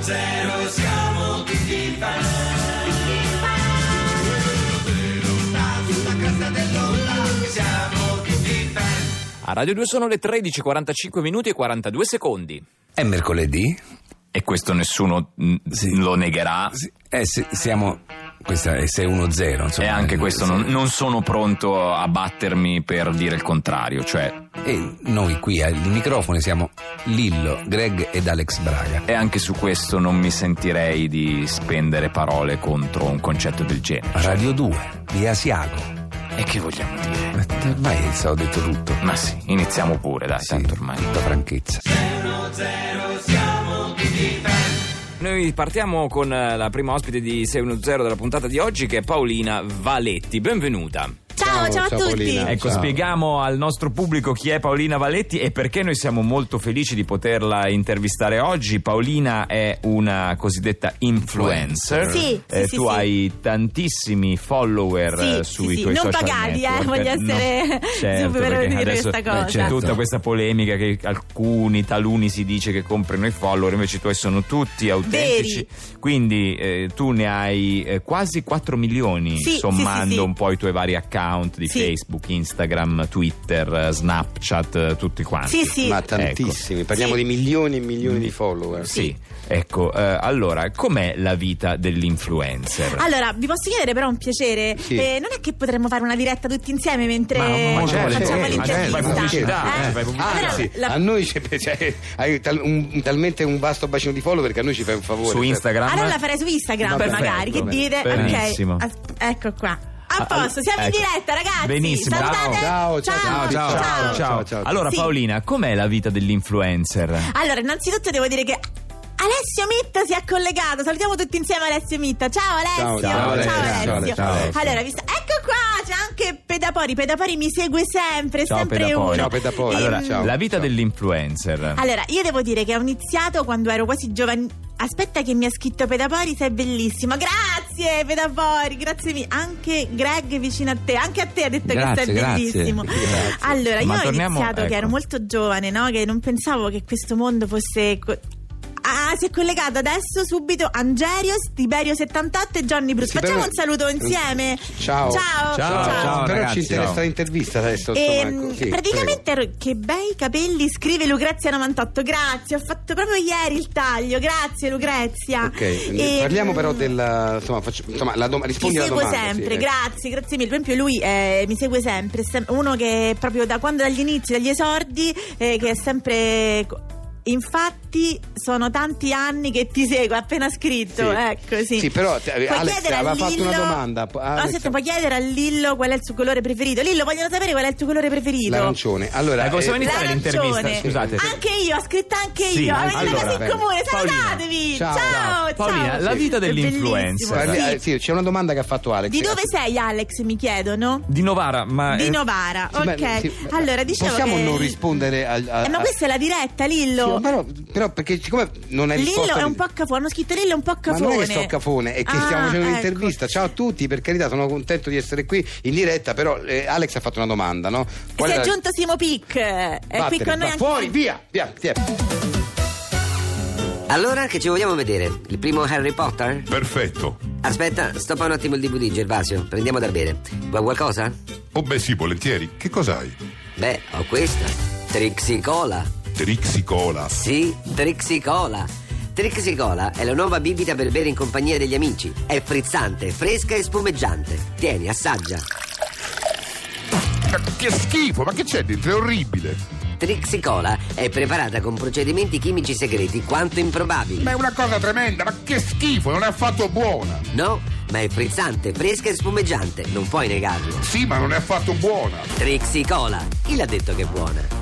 1-0 siamo tutti fan. Sulla cresta dell'onda siamo tutti fan. A Radio 2 sono le 13:45 minuti e 42 secondi. È mercoledì? E questo nessuno lo negherà. Siamo... Questa è 6-1-0, insomma. E anche questo non sono pronto a battermi per dire il contrario, cioè... E noi qui ai microfoni siamo Lillo, Greg ed Alex Braga. E anche su questo non mi sentirei di spendere parole contro un concetto del genere. Radio 2 di Asiago. E che vogliamo dire? Ormai ho detto tutto. Ma sì, iniziamo pure, dai, tanto ormai. Tutta franchezza. 6-1-0 siamo tutti fan. Noi partiamo con la prima ospite di 610 della puntata di oggi, che è Paolina Valetti. Benvenuta. Ciao a tutti. Paolina. Ecco, Ciao. Spieghiamo al nostro pubblico chi è Paolina Valetti e perché noi siamo molto felici di poterla intervistare oggi. Paolina è una cosiddetta influencer. Sì, tu hai tantissimi follower sui tuoi non social pagati, network. voglio essere certo, subito per perché dire adesso questa cosa. c'è tutta questa polemica che taluni si dice che comprano i follower, invece i tuoi sono tutti autentici. Veri. Quindi tu ne hai quasi 4 milioni, Sì, sommando sì. un po' i tuoi vari account di Sì. Facebook, Instagram, Twitter, Snapchat, tutti quanti. Sì. Ma tantissimi, parliamo di milioni e milioni di follower. Sì, ecco, allora, com'è la vita dell'influencer? Allora, vi posso chiedere però un piacere? Sì. Non è che potremmo fare una diretta tutti insieme mentre Ma certo, facciamo ma l'intervista? fai pubblicità, fai pubblicità. Allora, A noi hai talmente un vasto bacino di follower che a noi ci fai un favore. Su Instagram? allora la farei su Instagram, Perfetto, magari, che dite? benissimo. Ok, ecco qua. A posto, siamo in ecco. diretta, ragazzi. Benissimo. Salutate. Ciao. Allora, Sì. Paolina, com'è la vita dell'influencer? Allora, innanzitutto devo dire che Alessio Mitta si è collegato. Salutiamo tutti insieme Alessio Mitta. Ciao Alessio. Ciao, Alessio. Ciao, Alessio. Allora, ecco qua, c'è anche Pedapori. Pedapori mi segue sempre, Ciao, sempre Pedapori. uno. Ciao, Pedapori. Allora, Ciao. la vita dell'influencer. Allora, io devo dire che ho iniziato quando ero quasi giovane. Aspetta che mi ha scritto Pedapori, sei bellissimo. Grazie Pedapori, grazie mille. Anche Greg vicino a te, anche a te ha detto Grazie, che sei bellissimo. grazie. Allora, io Ma ho torniamo- iniziato che ecco. ero molto giovane, no? Che non pensavo che questo mondo fosse... si è collegato adesso subito Angerios, Tiberio 78 e Johnny Bruce. Sì, Facciamo però- un saluto insieme. Ciao. Ciao, Però ragazzi, ci interessa ciao. l'intervista adesso. Sì, praticamente che bei capelli, scrive Lucrezia 98. Grazie, ho fatto proprio ieri il taglio. Grazie Lucrezia. Ok, parliamo però della. Insomma, rispondi Ti alla seguo domanda. sempre, sì, grazie mille. Per esempio lui mi segue sempre, uno che proprio dagli inizi, dagli esordi, che è sempre... Infatti sono tanti anni che ti seguo, appena scritto, Sì. ecco, sì. Sì, però Puoi Alex chiedere aveva a fatto Lillo- una domanda. Aspetta, puoi chiedere a Lillo qual è il suo colore preferito. Lillo, vogliono sapere qual è il tuo colore preferito. L'arancione. Allora, Possiamo iniziare l'intervista? L'arancione. Scusate. Anche io, ho scritto anche Sì, io. Avete allora, una cosa in bene. comune, Paolina. salutatevi. Ciao. Ciao. Paolina, la vita È dell'influencer. bellissimo, sì, c'è una domanda che ha fatto Alex. Di dove sei, Alex? Mi chiedono. Di Novara, ma... Di Novara, Sì, ma- ok. sì, Allora, dicevo possiamo che... non rispondere ma questa è la diretta, Lillo. Sì, però perché siccome non è risposta Lillo è un po' cafone. Hanno scritto Lillo è un po' Ma cafone. non è che sto cafone, è che stiamo facendo un'intervista. Ciao a tutti, per carità, sono contento di essere qui in diretta, però Alex ha fatto una domanda, no? Si è aggiunto Simo Pic. È qui con noi anche... Fuori, via. Allora, che ci vogliamo vedere? Il primo Harry Potter? Perfetto. Aspetta, stoppa un attimo il DVD, Gervasio. Prendiamo da bere. Vuoi qualcosa? Oh beh sì, volentieri. Che cos'hai? Beh, ho questa. Trixie Cola. Trixie Cola. Sì, Trixie Cola. Trixie Cola è la nuova bibita per bere in compagnia degli amici. È frizzante, fresca e spumeggiante. Tieni, assaggia. Ma che schifo, ma che c'è dentro? È orribile. Trixie Cola è preparata con procedimenti chimici segreti quanto improbabili. Ma è una cosa tremenda, ma che schifo, non è affatto buona. No, ma è frizzante, fresca e spumeggiante. Non puoi negarlo. Sì, ma non è affatto buona. Trixie Cola. Chi l'ha detto che è buona?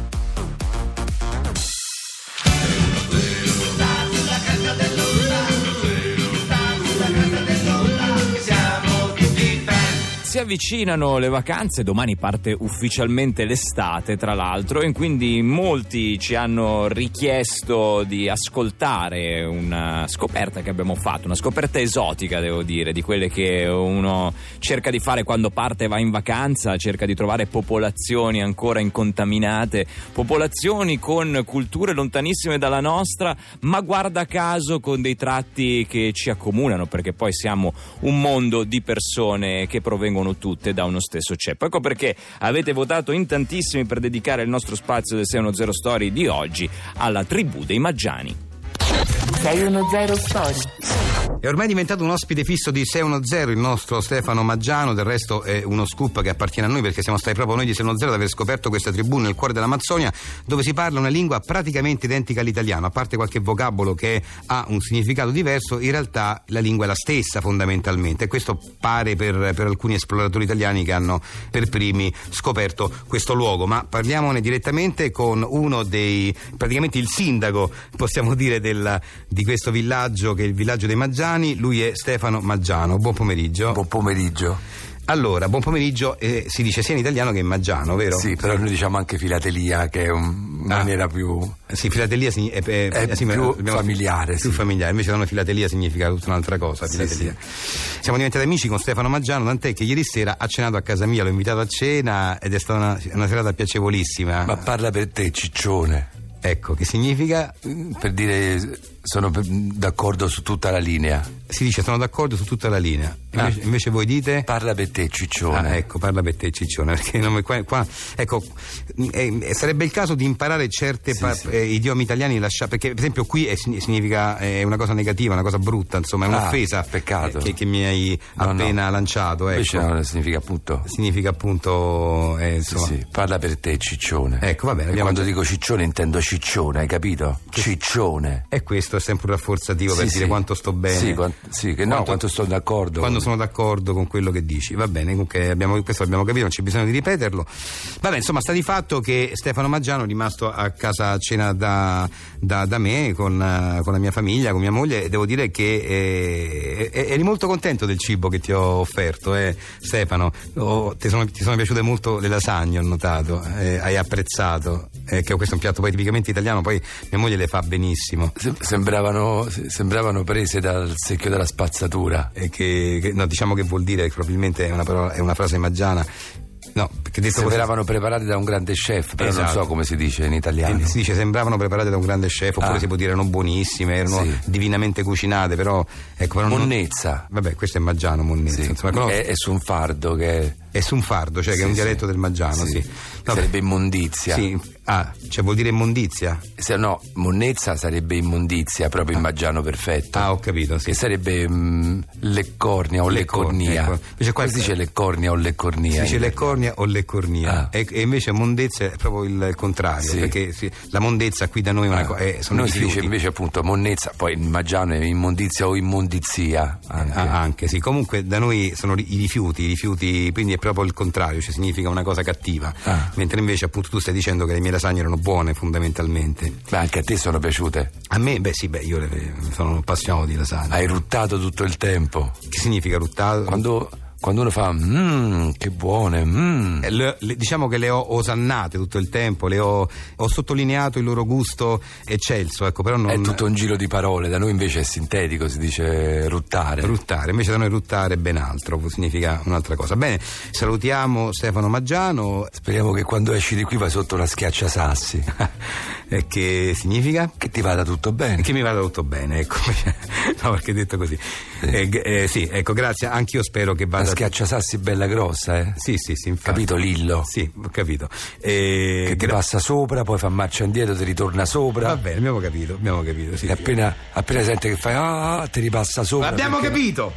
avvicinano le vacanze, domani parte ufficialmente l'estate tra l'altro, e quindi molti ci hanno richiesto di ascoltare una scoperta che abbiamo fatto, una scoperta esotica devo dire, di quelle che uno cerca di fare quando parte e va in vacanza, cerca di trovare popolazioni ancora incontaminate, popolazioni con culture lontanissime dalla nostra, ma guarda caso con dei tratti che ci accomunano, perché poi siamo un mondo di persone che provengono tutte da uno stesso ceppo. Ecco perché avete votato in tantissimi per dedicare il nostro spazio del 610 Story di oggi alla tribù dei Maggiani. 610 Story. È ormai diventato un ospite fisso di 610 il nostro Stefano Maggiano, del resto è uno scoop che appartiene a noi, perché siamo stati proprio noi di 610 ad aver scoperto questa tribù nel cuore dell'Amazzonia, dove si parla una lingua praticamente identica all'italiano, a parte qualche vocabolo che ha un significato diverso. In realtà la lingua è la stessa fondamentalmente, e questo pare per alcuni esploratori italiani che hanno per primi scoperto questo luogo. Ma parliamone direttamente con uno dei, praticamente il sindaco, possiamo dire, di questo villaggio, che è il villaggio dei Maggiani. Lui è Stefano Maggiano. Buon pomeriggio. Buon pomeriggio. Allora, buon pomeriggio, si dice sia in italiano che in Maggiano, vero? Sì, però noi diciamo anche filatelia, che è una maniera più... Sì, filatelia è più familiare. Più sì. familiare, invece da noi filatelia significa tutta un'altra cosa. Filatelia. Sì. Siamo diventati amici con Stefano Maggiano, tant'è che ieri sera ha cenato a casa mia, l'ho invitato a cena ed è stata una serata piacevolissima. Ma parla per te, ciccione. Ecco, che significa? Per dire sono d'accordo su tutta la linea. Si dice sono d'accordo su tutta la linea. Invece voi dite? Parla per te, ciccione. Ecco, parla per te, ciccione, perché qua ecco, sarebbe il caso di imparare certe idiomi italiani, perché per esempio qui significa è una cosa negativa, una cosa brutta, insomma, è un'offesa. Peccato. Che mi hai appena lanciato. Ecco. Invece no, significa appunto insomma. Sì, parla per te, ciccione. Ecco, va bene. Quando dico ciccione intendo ciccione, hai capito? Ciccione. E questo è sempre un rafforzativo per dire quanto sto bene. Quanto sto d'accordo. Quando sono d'accordo con quello che dici. Va bene, comunque questo l'abbiamo capito, non c'è bisogno di ripeterlo. Vabbè, insomma, sta di fatto che Stefano Maggiano è rimasto a casa a cena da me con la mia famiglia, con mia moglie, e devo dire che eri molto contento del cibo che ti ho offerto, Stefano. Ti sono piaciute molto le lasagne, ho notato, hai apprezzato, che questo è un piatto poi tipicamente italiano, poi mia moglie le fa benissimo. Sembravano prese dal secchio della spazzatura. No, diciamo che vuol dire, probabilmente è una frase maggiana. No, perché detto sembravano preparate da un grande chef, però non so come si dice in italiano. Si dice sembravano preparate da un grande chef, oppure si può dire erano buonissime, erano divinamente cucinate, però ecco, monnezza. Vabbè, questo è Maggiano, monnezza. Insomma, è su un fardo che è su un fardo, cioè che è un dialetto del Maggiano, sì. Sarebbe immondizia. Sì. Cioè vuol dire immondizia? No, monnezza sarebbe immondizia, proprio in Maggiano perfetto. Ho capito, sì. Che sarebbe leccornia o leccornia. Ecco. Invece qua si dice leccornia o leccornia. Si dice leccornia o leccornia. E invece mondezza è proprio il contrario, perché la mondezza qui da noi è una cosa. Noi si dice invece appunto monnezza, poi in Maggiano è immondizia o immondizia. Anche sì. Comunque da noi sono i rifiuti, quindi è proprio il contrario, cioè significa una cosa cattiva. Mentre invece appunto tu stai dicendo che le mie lasagne erano buone fondamentalmente. Ma anche a te sono piaciute? A me, io sono appassionato di lasagne. Hai ruttato tutto il tempo? Che significa ruttato? Quando uno fa che buone, diciamo che le ho osannate tutto il tempo, ho sottolineato il loro gusto eccelso, ecco, però non... È tutto un giro di parole, da noi invece è sintetico, si dice ruttare, invece da noi ruttare è ben altro, significa un'altra cosa. Bene, salutiamo Stefano Maggiano. Speriamo che quando esci di qui vai sotto una schiacciasassi. E che significa? Che ti vada tutto bene. Che mi vada tutto bene, ecco. No, perché detto così. Sì, ecco, grazie, anch'io spero che vada. La schiacciasassi bella grossa, eh? Sì, infatti. Capito, Lillo? Sì, ho capito. Che ti passa sopra, poi fa marcia indietro, ti ritorna sopra. Va bene, abbiamo capito, sì. E appena sente che fai ti ripassa sopra. Abbiamo capito!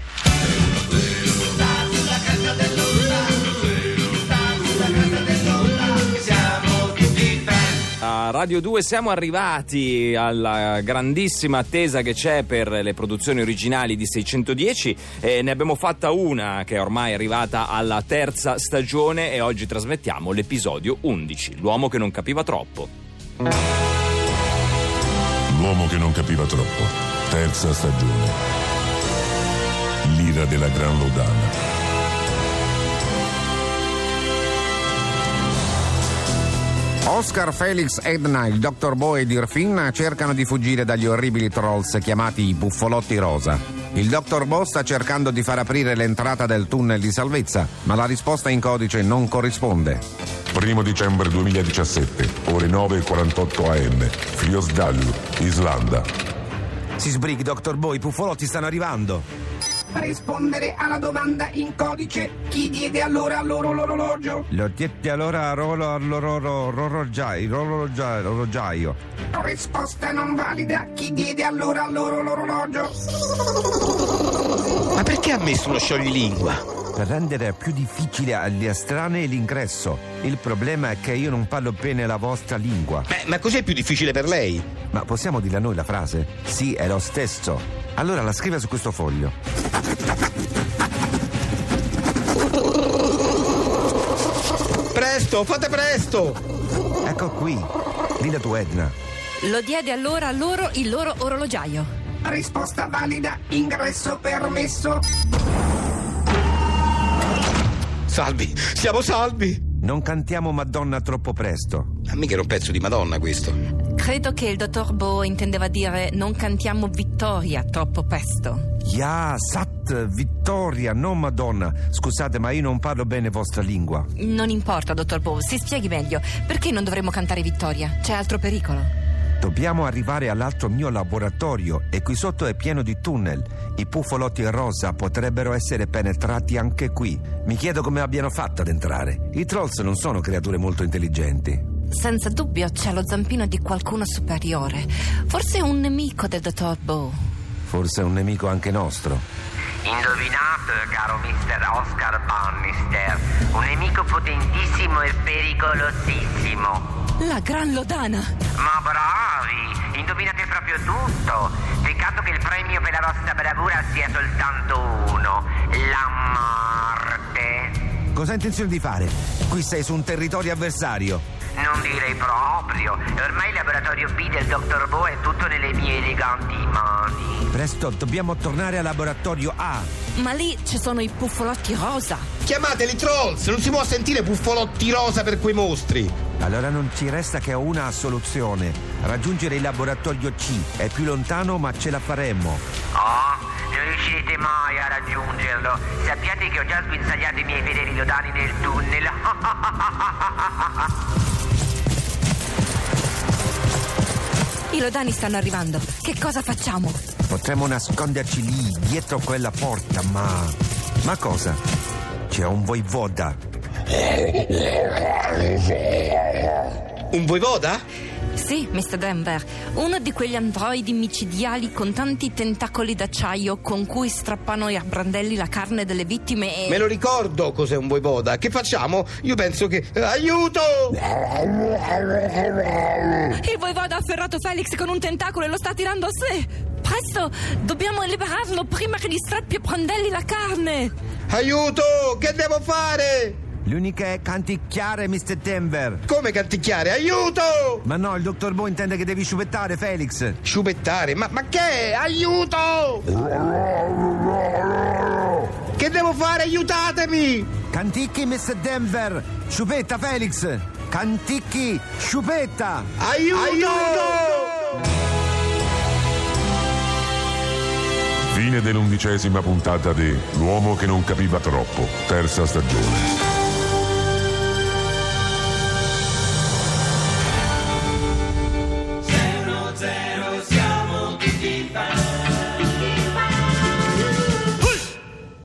Radio 2 siamo arrivati alla grandissima attesa che c'è per le produzioni originali di 610, ne abbiamo fatta una che è ormai arrivata alla terza stagione e oggi trasmettiamo l'episodio 11, L'uomo che non capiva troppo. L'uomo che non capiva troppo, terza stagione. L'ira della Gran Lodana. Oscar, Felix, Edna, il dottor Bo ed Irfin cercano di fuggire dagli orribili trolls chiamati i buffolotti rosa. Il dottor Bo sta cercando di far aprire l'entrata del tunnel di salvezza, ma la risposta in codice non corrisponde. 1 dicembre 2017, ore 9:48 am, Fyrisdal, Islanda. Si sbrighi, dottor Bo, i buffolotti stanno arrivando. Rispondere alla domanda in codice: chi diede allora a loro l'orologio? Lo diede allora a l'orologiaio. Risposta non valida: chi diede allora a loro l'orologio? Ma perché ha messo uno scioglilingua? Per rendere più difficile agli estranei l'ingresso. Il problema è che io non parlo bene la vostra lingua. Ma cos'è più difficile per lei? Ma possiamo dire a noi la frase? Sì, è lo stesso. Allora la scriva su questo foglio. Presto, fate presto! Ecco qui. Dilla tu, Edna. Lo diede allora a loro il loro orologiaio. Risposta valida: ingresso permesso. Salvi, siamo salvi! Non cantiamo Madonna troppo presto. Ma mica era un pezzo di Madonna questo. Credo che il dottor Bo intendeva dire non cantiamo Vittoria troppo presto. Ya, Sat, Vittoria, non Madonna. Scusate, ma io non parlo bene vostra lingua. Non importa, dottor Bo, si spieghi meglio. Perché non dovremmo cantare Vittoria? C'è altro pericolo? Dobbiamo arrivare all'altro mio laboratorio e qui sotto è pieno di tunnel. I buffolotti rosa potrebbero essere penetrati anche qui. Mi chiedo come abbiano fatto ad entrare. I trolls non sono creature molto intelligenti. Senza dubbio c'è lo zampino di qualcuno superiore. Forse un nemico del dottor Bo. Forse un nemico anche nostro. Indovinato, caro Mr. Oscar Bannister. Un nemico potentissimo e pericolosissimo. La Gran Lodana. Ma bravi, indovinate proprio tutto. Peccato che il premio per la vostra bravura sia soltanto uno: la morte. Cosa hai intenzione di fare? Qui sei su un territorio avversario. Non direi proprio. Ormai il laboratorio B del dottor Bo è tutto nelle mie eleganti mani. Presto, dobbiamo tornare al laboratorio A. Ma lì ci sono i buffolotti rosa. Chiamateli trolls, non si può sentire buffolotti rosa per quei mostri. Allora non ci resta che una soluzione: raggiungere il laboratorio C. È più lontano, ma ce la faremmo. Oh, non riuscirete mai a raggiungerlo. Sappiate che ho già sguinzagliato i miei fedeli lodani nel tunnel. I lodani stanno arrivando. Che cosa facciamo? Potremmo nasconderci lì, dietro quella porta, ma cosa? C'è un voivoda. Un voivoda? Sì, Mr. Denver. Uno di quegli androidi micidiali con tanti tentacoli d'acciaio con cui strappano a brandelli la carne delle vittime e... Me lo ricordo cos'è un voivoda. Che facciamo? Io penso che... Aiuto! Il voivoda ha afferrato Felix con un tentacolo e lo sta tirando a sé. Presto, dobbiamo liberarlo prima che gli strappi a brandelli la carne. Aiuto! Che devo fare? L'unica è canticchiare, Mr. Denver. Come canticchiare? Aiuto! Ma no, il dottor Bo intende che devi sciupettare, Felix. Sciupettare? Ma che? Aiuto! Che devo fare? Aiutatemi! Canticchi, Mr. Denver. Sciupetta, Felix. Canticchi, sciupetta. Aiuto! Fine dell'11ª puntata di L'uomo che non capiva troppo, terza stagione.